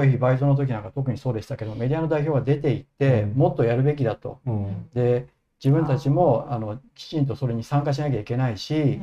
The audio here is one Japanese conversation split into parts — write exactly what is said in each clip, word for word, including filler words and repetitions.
防衛費倍増の時なんか特にそうでしたけど、メディアの代表が出ていって、もっとやるべきだと。で自分たちもあのきちんとそれに参加しなきゃいけないし、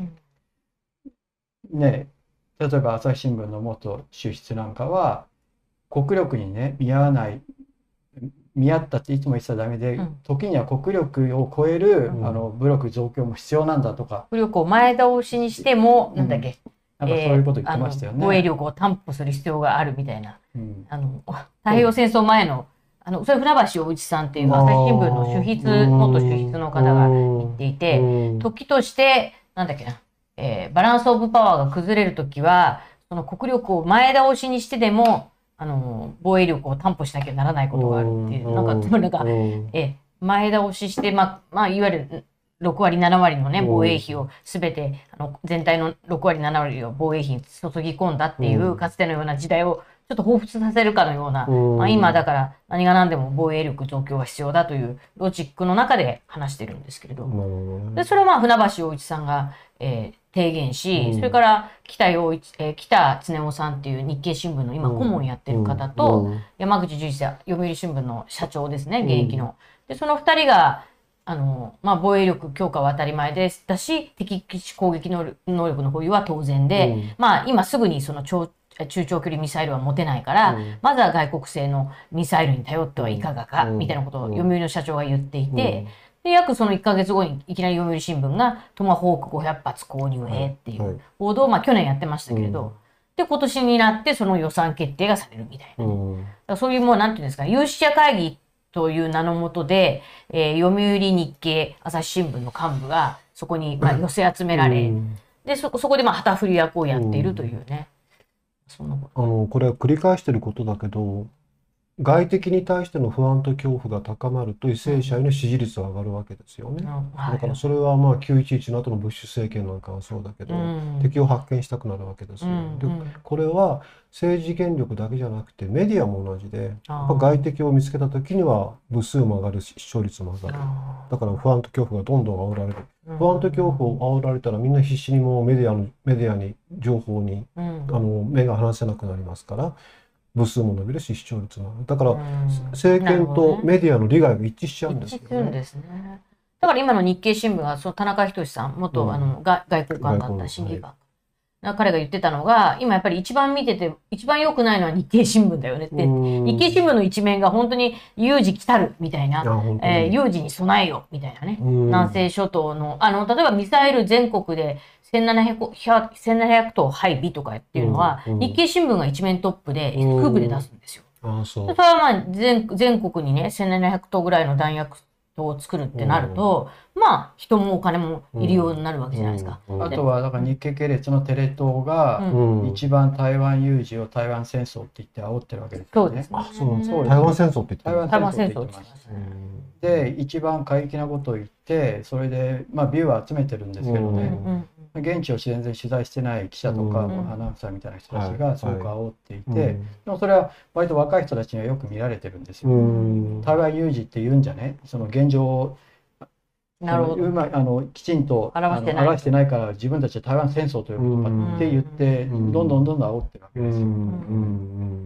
ね、例えば朝日新聞の元主筆なんかは国力にね見合わない見合ったっていつも言ってたらダメで、うん、時には国力を超える、うん、あの武力増強も必要なんだとか、 武力を前倒しにしても、うん、なんだっけ、 なんかそういうこと言ってましたよね。 防衛力を担保する必要があるみたいな、うん、あの太平洋戦争前のあのそれ船橋陽一さんっていう朝日新聞の主筆元主筆の方が言っていて、時としてなんだっけな、えー、バランスオブパワーが崩れるときはその国力を前倒しにしてでもあの防衛力を担保しなきゃならないことがあるっていう、なんかなんかえ前倒しして、まあまあ、いわゆるろくわりななわりのね防衛費をすべてあの全体のろくわりななわりを防衛費に注ぎ込んだっていうかつてのような時代をちょっと彷彿させるかのような、まあ、今だから何が何でも防衛力増強が必要だというロジックの中で話してるんですけれど、でそれはまあ船橋陽一さんが、えー、提言し、それから北陽一、えー、北恒夫さんっていう日経新聞の今顧問やってる方と、山口純一さん読売新聞の社長ですね現役の。でそのふたりがあの、まあ、防衛力強化は当たり前ですだし敵基地攻撃能力の保有は当然で、うん、まあ今すぐにその長中長距離ミサイルは持てないから、うん、まずは外国製のミサイルに頼ってはいかがか、うん、みたいなことを読売の社長が言っていて、うん、で約そのいっかげつごにいきなり読売新聞がトマホークごひゃくはつ購入へっていう報道を、まあ、去年やってましたけれど、うん、で今年になってその予算決定がされるみたいな、ね、うん、だからそういうもうなんていうんですか有識者会議という名のもとで、えー、読売日経朝日新聞の幹部がそこにまあ寄せ集められ、うん、で そ, そこでまあ旗振り役をやっているというね、うん、そんなことあのこれは繰り返していることだけど外敵に対しての不安と恐怖が高まると為政者への支持率が上がるわけですよね、うんはい、だからそれはまあきゅういちいちの後のブッシュ政権なんかはそうだけど、うん、敵を発見したくなるわけですよ、うん、でこれは政治権力だけじゃなくてメディアも同じでやっぱ外敵を見つけた時には部数も上がるし視聴率も上がるだから不安と恐怖がどんどん煽られる、うん、不安と恐怖を煽られたらみんな必死にもうメディアのメディアに情報に、うん、あの目が離せなくなりますから部数も伸びるし視聴率もだから政権とメディアの利害が一致しちゃうんですよね。一致するんですね。 だから今の日経新聞はその田中仁さん元、うん、あの外交官だった審議官、はい、彼が言ってたのが今やっぱり一番見てて一番良くないのは日経新聞だよねって日経新聞の一面が本当に有事来たるみたいな、えー、有事に備えよみたいなね南西諸島のあの例えばミサイル全国でせんななひゃくとう配備とかっていうのは、うんうん、日経新聞が一面トップで副部で出すんですよ。ああそうそれはまあ 全, 全国にねせんななひゃくとうぐらいの弾薬を作るってなると、うん、まあ人もお金もいるようになるわけじゃないですか。 うんうん、あとはだから日経系列のテレ東が一番台湾有事を台湾戦争って言って煽ってるわけですよね。 そうですね。あ、そうなんですね。台湾戦争って言ってる。台湾戦争って言ってます。で一番過激なことを言ってそれでまあビューは集めてるんですけどね。うんうん現地を全然取材してない記者とか、うん、アナウンサーみたいな人たちがすごく煽っていて、はいはい、でもそれは割と若い人たちにはよく見られてるんですよ。うん、台湾有事って言うんじゃねその現状をなるほどうまいあのきちんと表してない、表してないから自分たちは台湾戦争ということかって言って、うん、どんどんどんどん煽ってるわけですよ。うんうん、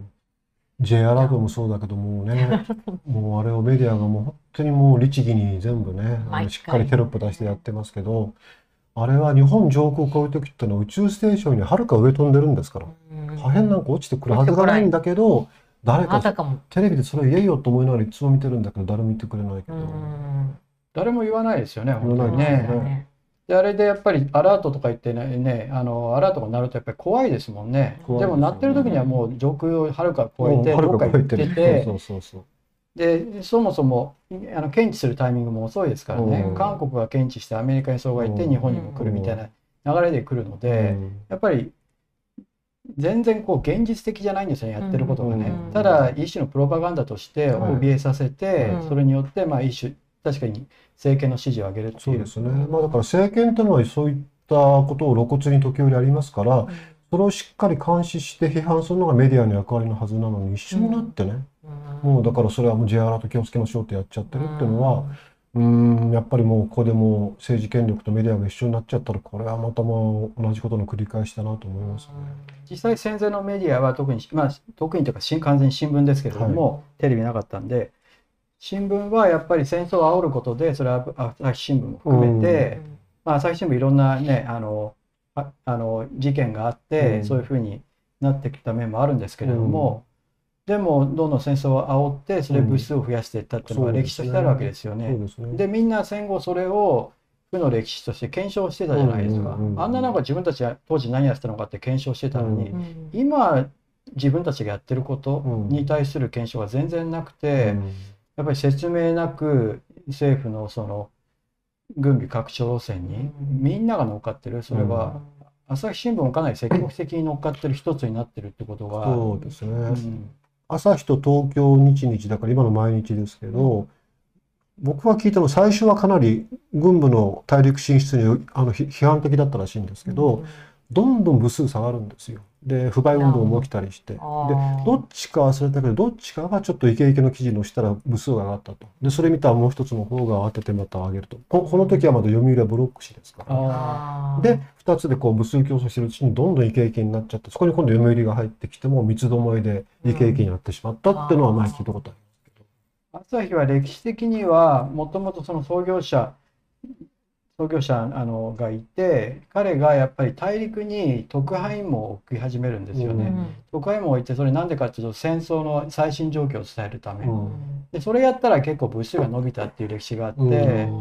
J アラートもそうだけどもねもうあれをメディアがもう本当にもう律儀に全部ねしっかりテロップ出してやってますけど。あれは日本上空を越える時ってのは宇宙ステーションにはるか上飛んでるんですから破片なんか落ちてくるはずがないんだけど誰かテレビでそれ言えよと思いながらいつも見てるんだけど誰も言ってくれないけど誰も言わないですよね本当にね。であれでやっぱりアラートとか言ってね、ねあのアラートが鳴るとやっぱり怖いですもんね。でも鳴ってる時にはもう上空をはるか越えてどっか行っててでそもそもあの検知するタイミングも遅いですからね、うん、韓国が検知してアメリカにそうがいて日本にも来るみたいな流れで来るので、うん、やっぱり全然こう現実的じゃないんですよねやってることがね、うん、ただ一種のプロパガンダとして怯えさせて、うん、それによってまあ一種確かに政権の支持を上げるっていう。 そうですね、まあ、だから政権というのはそういったことを露骨に時折ありますから、うん、それをしっかり監視して批判するのがメディアの役割のはずなのに一緒になってね、うんもうだからそれはもう J アラート気をつけましょうってやっちゃってるっていうのは、 うん、やっぱりもうここでもう政治権力とメディアが一緒になっちゃったら、これはまたもう同じことの繰り返しだなと思いますね。 実際戦前のメディアは特に、まあ、特にというか完全に新聞ですけれども、はい、テレビなかったんで、新聞はやっぱり戦争を煽ることで、それは朝日新聞も含めて、うん、まあ、朝日新聞いろんなね、あの、ああの事件があって、うん、そういうふうになってきた面もあるんですけれども、うん、でもどんどん戦争を煽ってそれ物数を増やしていったっていうのが歴史としてあるわけですよね。うん、で、ね、でみんな戦後それを負の歴史として検証してたじゃないですか。あんななんか自分たちは当時何やってたのかって検証してたのに、うん、今自分たちがやってることに対する検証が全然なくて、うん、やっぱり説明なく政府のその軍備拡張路線にみんなが乗っかってる。それは朝日新聞もかなり積極的に乗っかってる一つになってるってことは。 そうですね、うん、朝日と東京日日だから今の毎日ですけど、うん、僕が聞いたのは最初はかなり軍部の大陸進出にあの批判的だったらしいんですけど、うん、どんどん部数下がるんですよ。で不買運動も起きたりして、でどっちか忘れたけどどっちかがちょっとイケイケの記事のしたら部数が上がったと。でそれ見たらもう一つの方が慌ててまた上げると。こ, この時はまだ読売はブロック紙ですから。でふたつでこう部数競争してるうちにどんどんイケイケになっちゃって、そこに今度読売が入ってきても三つどもえでイケイケになってしまったっていうのは前聞いたことありますけど。朝日は歴史的にはもともとその創業者創業者あのがいて、彼がやっぱり大陸に特派員網を送り始めるんですよね。うん、特派員網を置いて、それなんでかっていうと戦争の最新状況を伝えるため、うん、でそれやったら結構物資が伸びたっていう歴史があって、うん、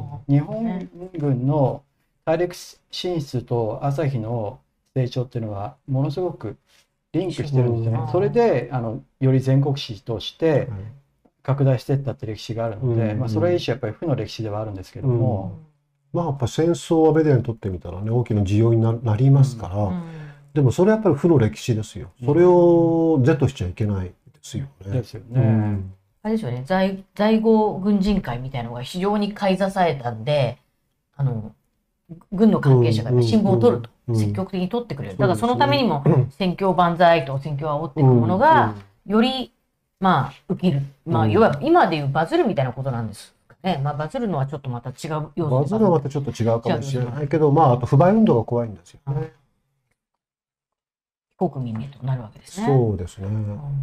日本軍の大陸進出と朝日の成長っていうのはものすごくリンクしてるんですよね。それであのより全国紙として拡大していったって歴史があるので、まあ、それは一種やっぱり負の歴史ではあるんですけども。 まあやっぱ戦争はメディアにとってみたらね大きな需要に な, なりますから、うん、でもそれはやっぱり負の歴史ですよ。それを是としちゃいけないですよね。 ですよね。うん、 あれですよね、在在郷軍人会みたいなのが非常に買い支えたんで、あの軍の関係者が新聞を取ると、うん、積極的に取ってくれる。だからそのためにも戦況万歳と戦況を煽っていくものがよりまあ受ける、まあ要は今でいうバズるみたいなことなんです。ね、まあバズるのはちょっとまた違う要素。 バズるはまたちょっと違うかもしれないけど、まああと不買運動が怖いんですよね。 非国民にとなるわけですね。 そうですね。うん、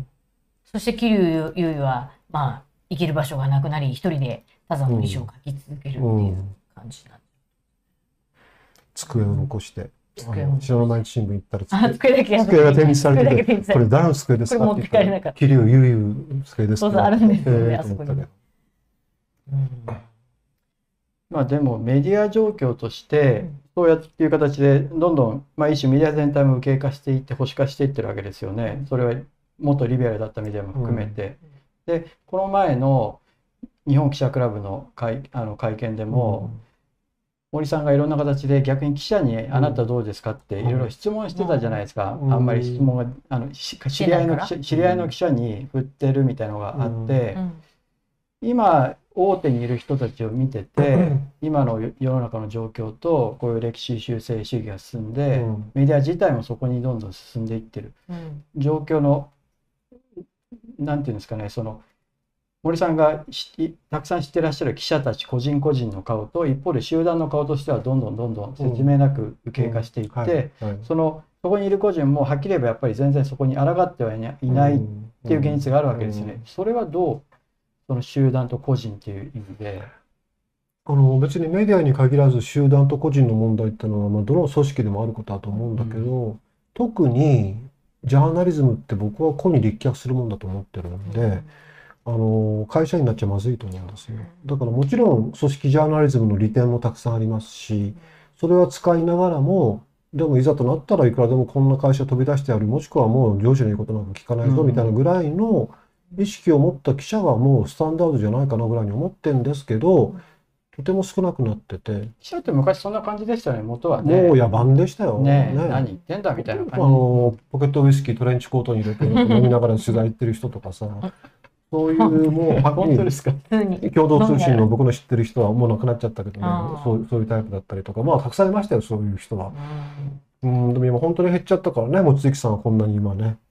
そして桐生優衣はまあ生きる場所がなくなり一人で他山の遺書を書き続けるっていう感じなんで、 うん、机を残して。机を白の毎日新聞行ったら机だけ机が展示されてて、これ誰の机ですかって言ったら桐生優衣机ですか。 そうそうあるんですよね、あそこに。 うん、まあでもメディア状況としてそうやっていう形でどんどん、まあ、一種メディア全体も右傾化していって保守化していってるわけですよね。それは元リベラルだったメディアも含めて、うん、でこの前の日本記者クラブの 会, あの会見でも、うん、森さんがいろんな形で逆に記者に「あなたどうですか?」っていろいろ質問してたじゃないですか。うん、あんまり質問があの知り合いの記者知り合いの記者に振ってるみたいなのがあって、うん、今大手にいる人たちを見てて、今の世の中の状況とこういう歴史修正主義が進んで、うん、メディア自体もそこにどんどん進んでいってる、うん、状況のなんていうんですかね、その森さんがたくさん知ってらっしゃる記者たち個人個人の顔と一方で集団の顔としてはどんどんどんどん説明なく右傾化していって、そのそこにいる個人もはっきり言えばやっぱり全然そこに抗ってはいないっていう現実があるわけですね。それはどうその集団と個人っていう意味で。 あの別にメディアに限らず集団と個人の問題っていうのは、まあ、どの組織でもあることだと思うんだけど、うん、特にジャーナリズムって僕は個に立脚するもんだと思ってるんで、うん、あの会社になっちゃまずいと思うんですよ。だからもちろん組織ジャーナリズムの利点もたくさんありますし、それは使いながらもでもいざとなったらいくらでもこんな会社飛び出してやる、もしくはもう上司の言うことなんか聞かないぞみたいなぐらいの意識を持った記者がもうスタンダードじゃないかなぐらいに思ってんですけど、とても少なくなってて。 記者って昔そんな感じでしたよね、元はね。 もう野蛮でしたよ。 ねえ、ね、何言ってんだみたいな感じ。あのポケットウイスキートレンチコートに入れて飲みながら取材行ってる人とかさ、そういうもう本当ですか。 共同通信の僕の知ってる人はもう亡くなっちゃったけどね、そうそういうタイプだったりとか、まあたくさんいましたよ、そういう人は。うん、でも今本当に減っちゃったからね、望月さんはこんなに今ね。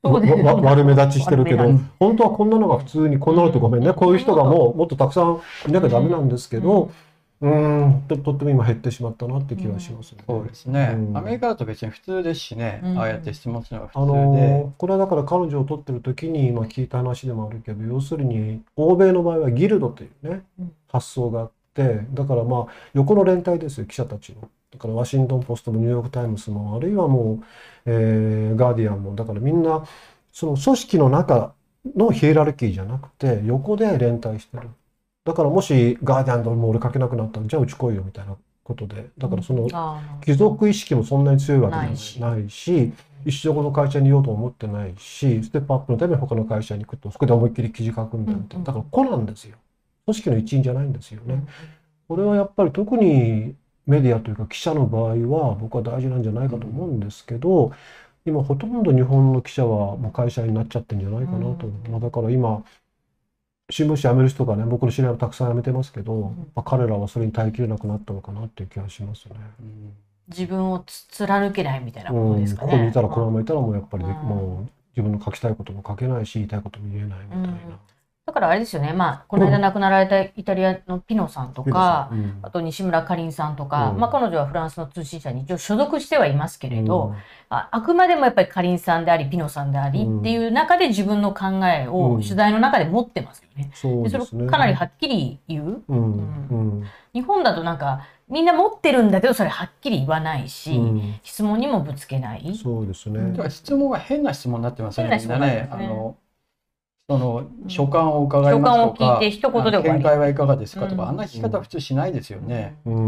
悪目立ちしてるけど、本当はこんなのが普通に、こんなのってごめんね、こういう人がもうもっとたくさんいなきゃダメなんですけど、うん、ととっても今減ってしまったなって気がしますね。 そうですね。アメリカだと別に普通ですしね、ああやって質問するのが普通で。 あのこれはだから彼女を取ってる時に今聞いた話でもあるけど、要するに欧米の場合はギルドというね、発想があって、だからまあ横の連帯ですよ、記者たちの。だからワシントン・ポストもニューヨーク・タイムズも、あるいはもう、えー、ガーディアンも、だからみんなその組織の中のヒエラルキーじゃなくて横で連帯してる。だからもしガーディアンでも俺書けなくなったらじゃあうち来いよみたいなことで、だからその貴族意識もそんなに強いわけじゃないし、一生この会社にいようと思ってないし、ステップアップのために他の会社に行くとそこで思いっきり記事書くんだみたいな。だから子なんですよ。組織の一員じゃないんですよね。これはやっぱり特にメディアというか記者の場合は僕は大事なんじゃないかと思うんですけど、今ほとんど日本の記者はもう会社になっちゃってんじゃないかなと。まあ、だから今新聞社辞める人がね、僕の知り合いもたくさん辞めてますけど、まあ、彼らはそれに耐えきれなくなったのかなっていう気がしますね。 自分を貫けないみたいなことですかね。 うん、ここにいたらこのままいたらもうやっぱりもう自分の書きたいことも書けないし、言いたいことも言えないみたいな。 だからあれですよね、まあ、この間亡くなられたイタリアのピノさんとか、うん、あと西村かりんさんとか、うん、まあ、彼女はフランスの通信社に一応所属してはいますけれど、うん、あ, あくまでもやっぱりかりんさんでありピノさんでありっていう中で自分の考えを取材の中で持ってますよね。うん、でそれをかなりはっきり言う。日本だとなんかみんな持ってるんだけどそれはっきり言わないし、うん、質問にもぶつけない。 そうですね。 だから質問が変な質問になってますよね。みんなね。あのその所感を伺いますとか、見解はいかがですかとか、うん、あんな聞き方普通しないですよね。 うん、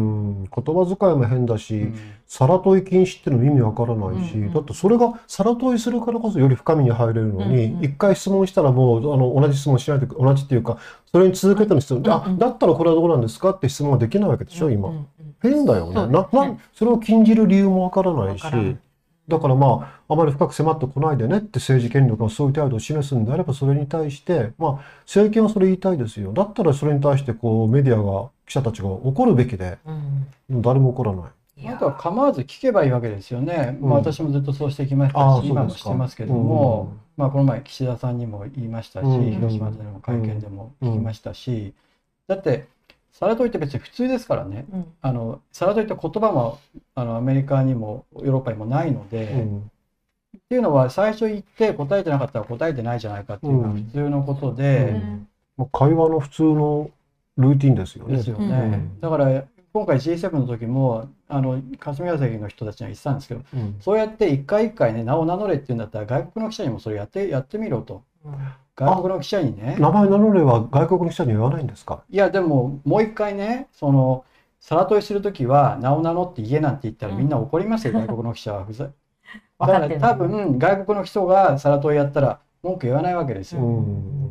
言葉遣いも変だし、うん、皿問い禁止っていうのも意味わからないし、うん、だってそれが皿問いするからこそより深みに入れるのに、一、うん、回質問したらもうあの同じ質問しないと同じっていうか、それに続けての質問で、うん、あ、だったらこれはどうなんですかって質問ができないわけでしょ今。うんうん、変だよね。な、な、それを禁じる理由もわからないし。だからまあ、あまり深く迫ってこないでねって政治権力がそういう態度を示すんであれば、それに対して、まあ、政権はそれ言いたいですよ。だったらそれに対してこうメディアが、記者たちが怒るべきで、うん、誰も怒らない。 あとは構わず聞けばいいわけですよね。うん、まあ、私もずっとそうしてきましたし、今もしてますけども、うん、まあ、この前岸田さんにも言いましたし、うん、広島での会見でも聞きましたし、だって、皿問いって別に普通ですからね。うん、あの皿問いって言葉もあのアメリカにもヨーロッパにもないので、うん、っていうのは最初言って答えてなかったら答えてないじゃないかっていうのは普通のことで、 うん、会話の普通のルーティンですよね。 ですよね。うん、だから今回 ジーセブン の時もあの霞が関の人たちには言ってたんですけど、うん、そうやって一回一回ね名を名乗れっていうんだったら外国の記者にもそれやってやってみろと。うん、外国の記者にね。 名前名乗れは外国の記者に言わないんですか？ いやでももう一回ね、その皿問いするときは名を名乗って言えなんて言ったらみんな怒りますよ、うん、外国の記者は。だから多分外国の人が皿問いやったら文句言わないわけですよ。うん、